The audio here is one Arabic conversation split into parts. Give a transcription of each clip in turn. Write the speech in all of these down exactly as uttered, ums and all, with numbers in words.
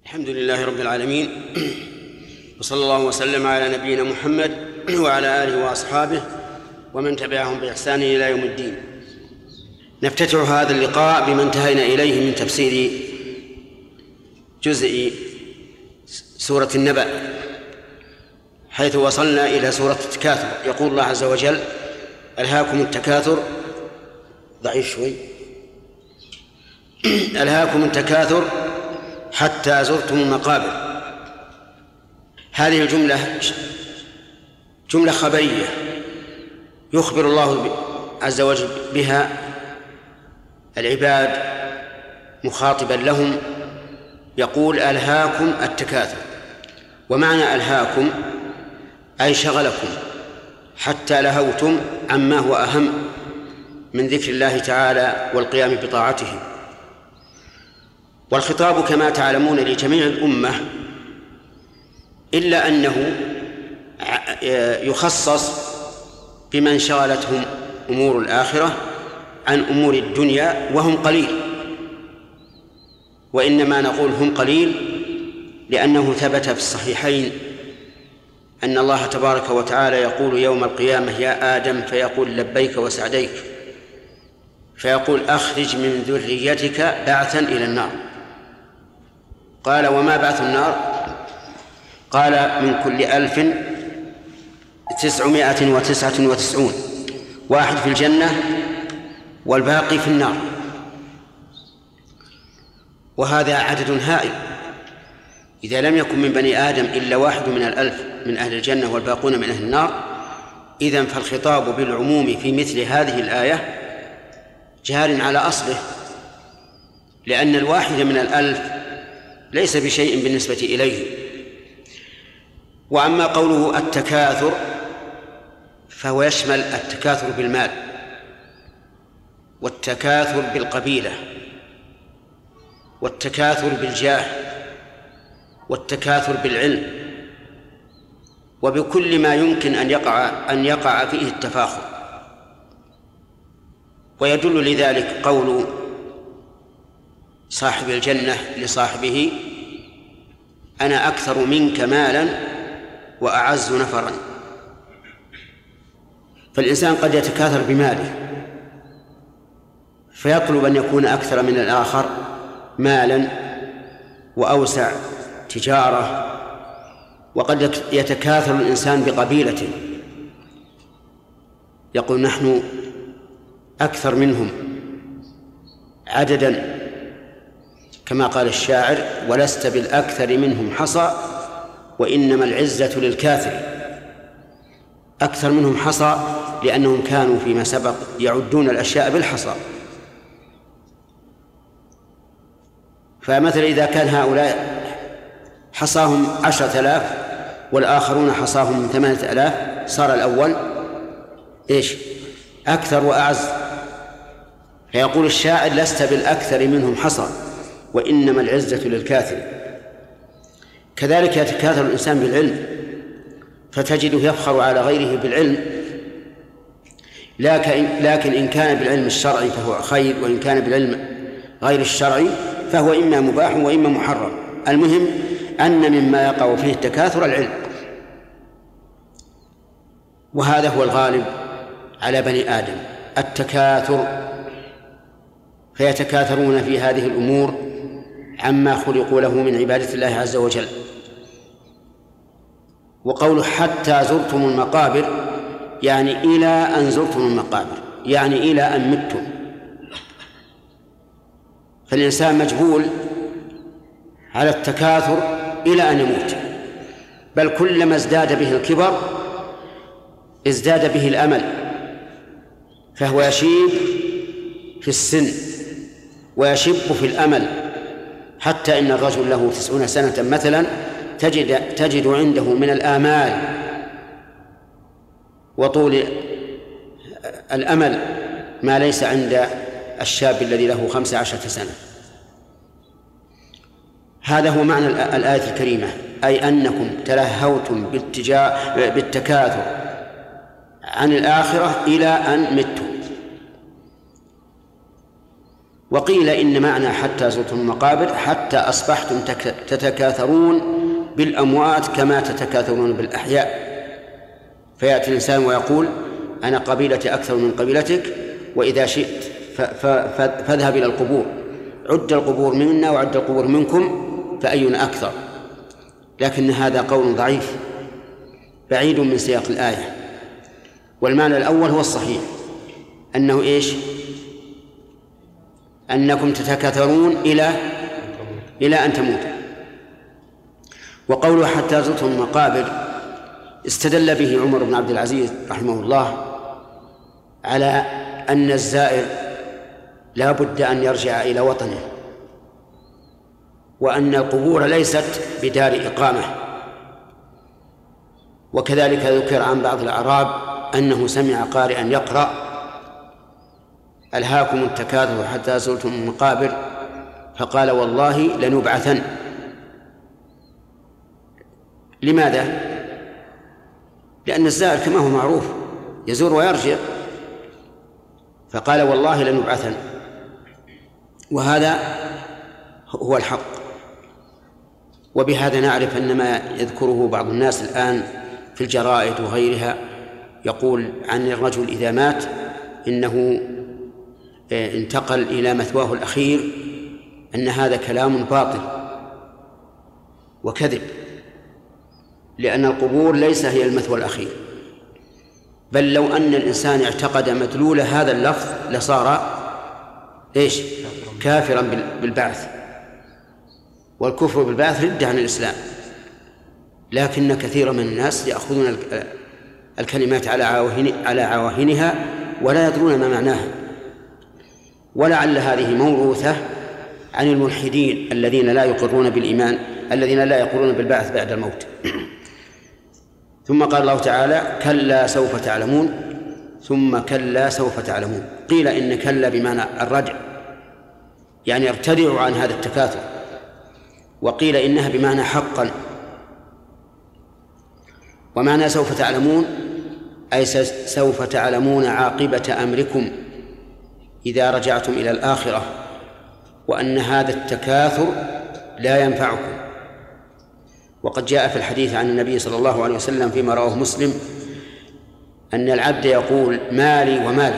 الحمد لله رب العالمين، وصلى الله وسلم على نبينا محمد وعلى آله وأصحابه ومن تبعهم بإحسان إلى يوم الدين. نفتتح هذا اللقاء بما انتهينا إليه من تفسير جزء سورة النبأ، حيث وصلنا إلى سورة التكاثر. يقول الله عز وجل: ألهاكم التكاثر ضعيف شوي ألهاكم التكاثر حتى زرتم المقابر. هذه الجملة جملة خبرية يخبر الله عز وجل بها العباد مخاطبا لهم، يقول: ألهاكم التكاثر. ومعنى ألهاكم أي شغلكم حتى لهوتم عما هو أهم من ذكر الله تعالى والقيام بطاعته. والخطاب كما تعلمون لجميع الأمة، إلا أنه يخصص بمن شغلتهم أمور الآخرة عن أمور الدنيا وهم قليل. وإنما نقول هم قليل لأنه ثبت في الصحيحين أن الله تبارك وتعالى يقول يوم القيامة: يا آدم، فيقول: لبيك وسعديك، فيقول: أخرج من ذريتك بعثا إلى النار. قال: وما بعث النار؟ قال: من كل ألف تسعمائة وتسعة وتسعون، واحد في الجنة والباقي في النار. وهذا عدد هائل. إذا لم يكن من بني آدم إلا واحد من الألف من أهل الجنة والباقون من أهل النار، إذن فالخطاب بالعموم في مثل هذه الآية جار على أصله، لأن الواحد من الألف ليس بشيء بالنسبة إليه. وأما قوله التكاثر فهو يشمل التكاثر بالمال، والتكاثر بالقبيلة، والتكاثر بالجاه، والتكاثر بالعلم، وبكل ما يمكن أن يقع أن يقع فيه التفاخر. ويدل لذلك قول صاحب الجنة لصاحبه: أنا أكثر منك مالا وأعز نفرا. فالإنسان قد يتكاثر بماله فيطلب أن يكون أكثر من الآخر مالا وأوسع تجارة، وقد يتكاثر الإنسان بقبيلته، يقول: نحن أكثر منهم عددا، كما قال الشاعر: ولست بالأكثر منهم حصى وإنما العزة للكاثر. أكثر منهم حصى لأنهم كانوا فيما سبق يعدون الأشياء بالحصى. فمثلا إذا كان هؤلاء حصاهم عشرة آلاف والآخرون حصاهم ثمانية آلاف، صار الأول إيش؟ أكثر وأعز. فيقول الشاعر: لست بالأكثر منهم حصى وإنما العزة للكاثر. كذلك يتكاثر الإنسان بالعلم، فتجده يفخر على غيره بالعلم، لكن, لكن إن كان بالعلم الشرعي فهو خير، وإن كان بالعلم غير الشرعي فهو إما مباح وإما محرم. المهم أن مما يقع فيه التكاثر العلم، وهذا هو الغالب على بني آدم، التكاثر، فيتكاثرون في هذه الأمور عما خلقوا له من عبادة الله عز وجل. وقوله حتى زرتم المقابر يعني إلى أن زرتم المقابر، يعني إلى أن متم. فالإنسان مجبول على التكاثر إلى أن يموت، بل كلما ازداد به الكبر ازداد به الأمل، فهو يشيب في السن ويشب في الأمل، حتى إن الرجل له تسعون سنة مثلا تجد, تجد عنده من الآمال وطول الأمل ما ليس عند الشاب الذي له خمس عشرة سنة. هذا هو معنى الآية الكريمة، أي أنكم تلهوتم بالتكاثر عن الآخرة إلى أن متم. وقيل إن معنى حتى زرتم المقابر حتى أصبحتم تتكاثرون بالأموات كما تتكاثرون بالأحياء، فيأتي الإنسان ويقول أنا قبيلتي أكثر من قبيلتك، وإذا شئت فاذهب إلى القبور، عد القبور منا وعد القبور منكم فأينا أكثر. لكن هذا قول ضعيف بعيد من سياق الآية. والمعنى الأول هو الصحيح، أنه إيش؟ أنكم تتكاثرون إلى إلى أن تموتوا. وقوله حتى زرتم المقابر استدل به عمر بن عبد العزيز رحمه الله على أن الزائر لا بد أن يرجع إلى وطنه، وأن القبور ليست بدار إقامة. وكذلك ذكر عن بعض الأعراب أنه سمع قارئا يقرأ ألهاكم التكاثر حتى زرتم المقابر فقال والله لنبعثن. لماذا؟ لأن الزائر كما هو معروف يزور ويرجع، فقال والله لنبعثن، وهذا هو الحق. وبهذا نعرف أن ما يذكره بعض الناس الآن في الجرائد وغيرها يقول عن الرجل إذا مات إنه انتقل إلى مثواه الأخير، أن هذا كلام باطل وكذب، لأن القبور ليس هي المثوى الأخير، بل لو أن الإنسان اعتقد مدلول هذا اللفظ لصار إيش؟ كافرا بالبعث، والكفر بالبعث ردة عن الإسلام. لكن كثير من الناس يأخذون الكلمات على عواهن على عواهنها ولا يدرون ما معناها، ولعل هذه موروثة عن الملحدين الذين لا يقرون بالإيمان، الذين لا يقرون بالبعث بعد الموت. ثم قال الله تعالى كلا سوف تعلمون ثم كلا سوف تعلمون. قيل إن كلا بمعنى الرجع، يعني ارتدعوا عن هذا التكاثر، وقيل إنها بمعنى حقا. ومعنى سوف تعلمون أي سوف تعلمون عاقبة أمركم إذا رجعتم إلى الآخرة، وأن هذا التكاثر لا ينفعكم. وقد جاء في الحديث عن النبي صلى الله عليه وسلم فيما رواه مسلم أن العبد يقول مالي ومالي،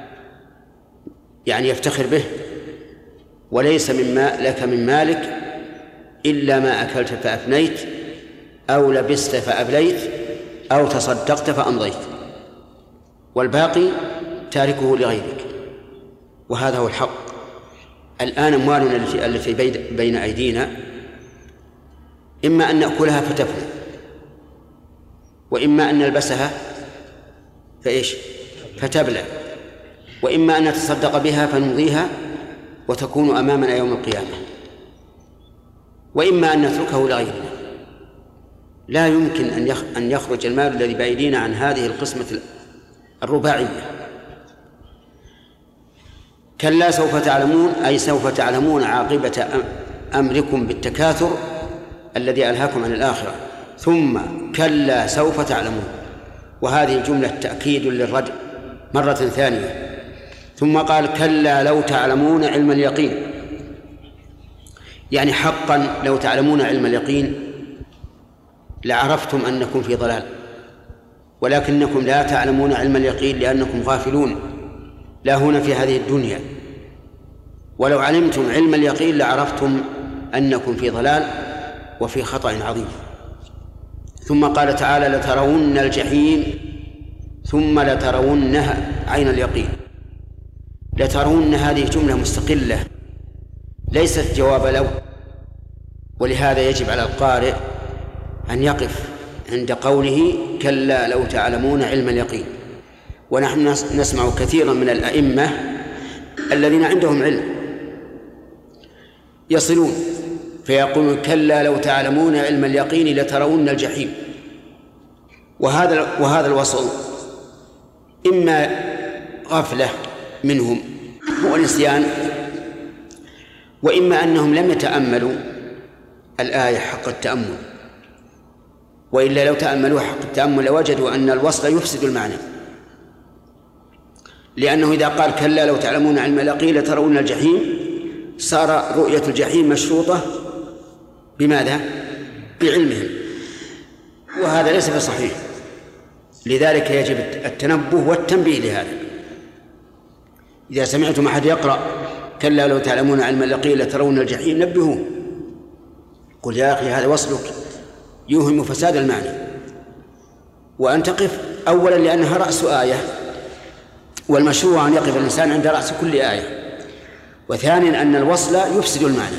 يعني يفتخر به، وليس مما لك من مالك إلا ما أكلت فأفنيت أو لبست فأبليت أو تصدقت فأمضيت، والباقي تاركه لغيرك. وهذا هو الحق. الآن أموالنا التي بين أيدينا إما أن نأكلها فتفنى، وإما أن نلبسها فإيش فتبلى، وإما أن نتصدق بها فنمضيها وتكون أمامنا يوم القيامة، وإما أن نتركه لغيرنا. لا يمكن أن يخرج المال الذي بأيدينا عن هذه القسمة الرباعية. كلا سوف تعلمون أي سوف تعلمون عاقبة أمركم بالتكاثر الذي ألهاكم عن الآخرة، ثم كلا سوف تعلمون، وهذه الجملة تأكيد للرد مرة ثانية. ثم قال كلا لو تعلمون علم اليقين، يعني حقا لو تعلمون علم اليقين لعرفتم أنكم في ضلال، ولكنكم لا تعلمون علم اليقين لأنكم غافلون لا هنا في هذه الدنيا. ولو علمتم علم اليقين لعرفتم أنكم في ضلال وفي خطأ عظيم. ثم قال تعالى لترون الجحيم ثم لترونها عين اليقين. لترون هذه جملة مستقلة ليست جواب لو، ولهذا يجب على القارئ أن يقف عند قوله كلا لو تعلمون علم اليقين. ونحن نسمع كثيرا من الأئمة الذين عندهم علم يصلون فيقولون كلا لو تعلمون علم اليقين لترون الجحيم، وهذا وهذا الوصل إما غفلة منهم ونسيان، وإما أنهم لم يتأملوا الآية حق التأمل، وإلا لو تأملوا حق التأمل لوجدوا أن الوصل يفسد المعنى. لأنه إذا قال كلا لو تعلمون علم اليقين لترون الجحيم صار رؤية الجحيم مشروطة بماذا؟ بعلمهم، وهذا ليس بصحيح. لذلك يجب التنبه والتنبيه لهذا. إذا سمعتم أحد يقرأ كلا لو تعلمون علم اليقين لترون الجحيم نبهوه، قل يا أخي هذا وصلك يوهم فساد المعنى. وأن تقف أولا لأنها رأس آية، والمشروع أن يقف الإنسان عند رأس كل آية. وثانيا أن الوصل يفسد المعنى.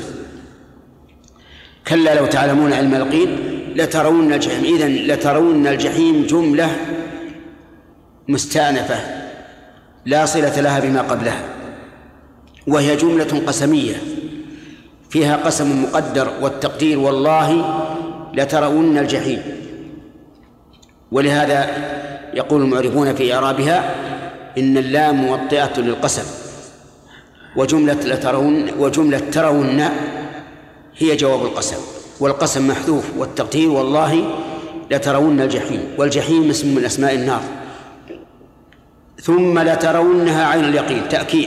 كلا لو تعلمون علم اليقين لترون الجحيم، إذن لترون الجحيم جملة مستأنفة لا صلة لها بما قبلها، وهي جملة قسمية فيها قسم مقدر والتقدير والله لترون الجحيم. ولهذا يقول المعربون في إعرابها إن اللام موطئة للقسم، وجملة لترون وجملة ترون هي جواب القسم، والقسم محذوف، والتقدير والله لترون الجحيم، والجحيم اسم من أسماء النار. ثم لترونها عين اليقين، تأكيد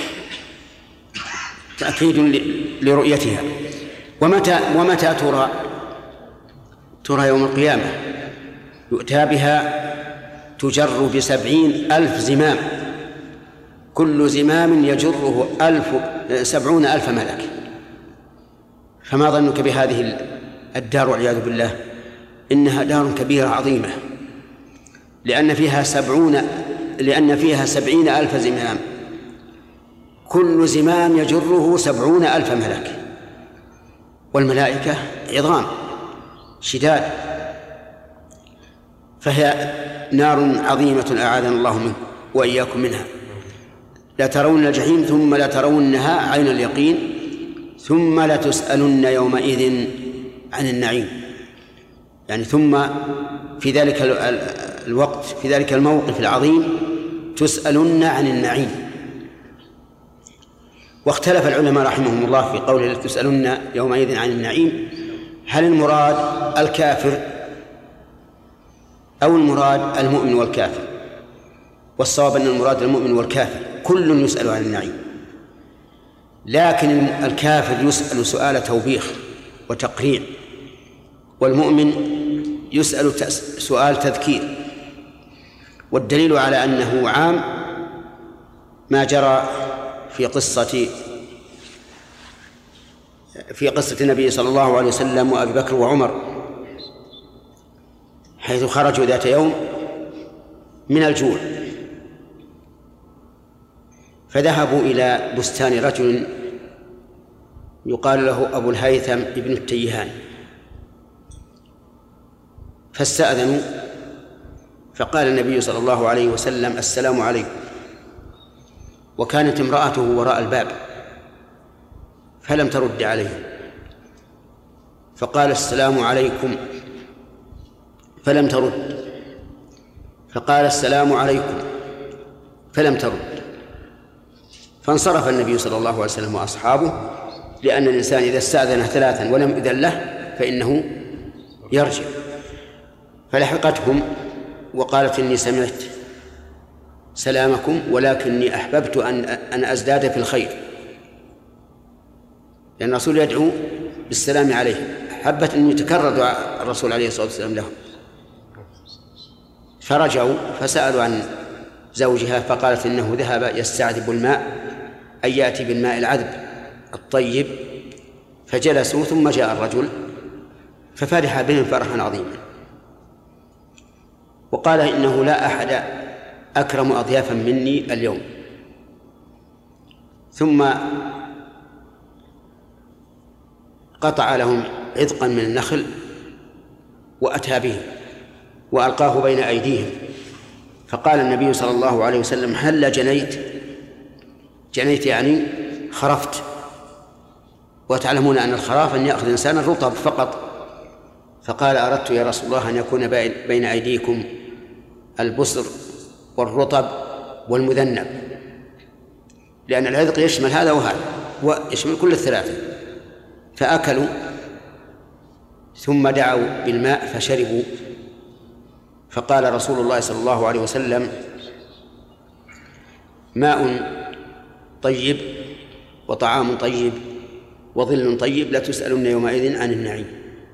تأكيد لرؤيتها. ومتى ومتى ترى؟ ترى يوم القيامة، يؤتى بها تجر بسبعين ألف زمام، كل زمام يجره ألف سبعون ألف ملك. فما ظنك بهذه الدار والعياذ بالله؟ إنها دار كبيرة عظيمة، لأن فيها سبعون لأن فيها سبعين ألف زمام، كل زمام يجره سبعون ألف ملك، والملائكة عظام شداد. فهي نار عظيمة أعاذنا الله منه وإياكم منها. لترون الجحيم ثم لترونها عين اليقين ثم لتسألن يومئذ عن النعيم، يعني ثم في ذلك الوقت في ذلك الموقف العظيم تسألن عن النعيم. واختلف العلماء رحمهم الله في قوله تسألن يومئذ عن النعيم، هل المراد الكافر أو المراد المؤمن والكافر؟ والصواب أن المراد المؤمن والكافر، كل يسأل عن النعيم، لكن الكافر يسأل سؤال توبيخ وتقريع، والمؤمن يسأل سؤال تذكير. والدليل على أنه عام ما جرى في قصة في قصة النبي صلى الله عليه وسلم وأبي بكر وعمر، حيث خرجوا ذات يوم من الجوع فذهبوا إلى بستان رجل يقال له أبو الهيثم ابن التيهان، فاستأذنوا، فقال النبي صلى الله عليه وسلم السلام عليكم، وكانت امرأته وراء الباب فلم ترد عليه، فقال السلام عليكم فلم ترد، فقال السلام عليكم فلم ترد، فانصرف النبي صلى الله عليه وسلم وأصحابه، لأن الإنسان إذا استأذن ثلاثا ولم يؤذن له فإنه يرجع. فلحقتهم وقالت إني سمعت سلامكم ولكني أحببت أن أن أزداد في الخير، لأن الرسول يدعو بالسلام عليه، حبت أن يتكرر دعاء الرسول عليه الصلاة والسلام لهم. فرجعوا فسألوا عن زوجها فقالت إنه ذهب يستعذب الماء، أي يأتي بالماء العذب الطيب. فجلسوا ثم جاء الرجل ففرح بهم فرحا عظيما، وقال إنه لا أحد أكرم أضيافا مني اليوم. ثم قطع لهم عذقا من النخل وأتى به وألقاه بين أيديهم، فقال النبي صلى الله عليه وسلم هل جنيت؟ جنيت يعني خرفت، وتعلمون أن الخراف أن يأخذ الإنسان الرطب فقط. فقال أردت يا رسول الله أن يكون بين أيديكم البصر والرطب والمذنب، لأن العذق يشمل هذا وهذا ويشمل كل الثلاثة. فأكلوا ثم دعوا بالماء فشربوا، فقال رسول الله صلى الله عليه وسلم ماء طيب وطعام طيب وظل طيب لتسألن يومئذ عن النعيم.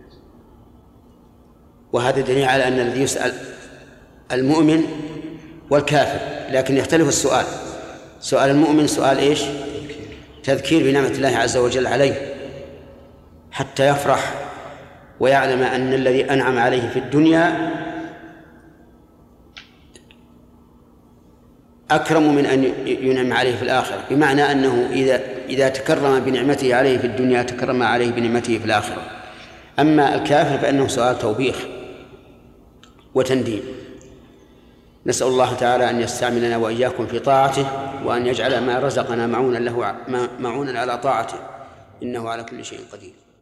وهذا دليل على أن الذي يسأل المؤمن والكافر، لكن يختلف السؤال. سؤال المؤمن سؤال إيش؟ تذكير بنعمة الله عز وجل عليه حتى يفرح ويعلم أن الذي أنعم عليه في الدنيا أكرم من أن ينعم عليه في الآخرة، بمعنى أنه إذا إذا تكرم بنعمته عليه في الدنيا تكرم عليه بنعمته في الآخرة. أما الكافر فإنه سؤال توبيخ وتنديم. نسأل الله تعالى أن يستعملنا وإياكم في طاعته، وأن يجعل ما رزقنا معونا له معونا على طاعته، إنه على كل شيء قدير.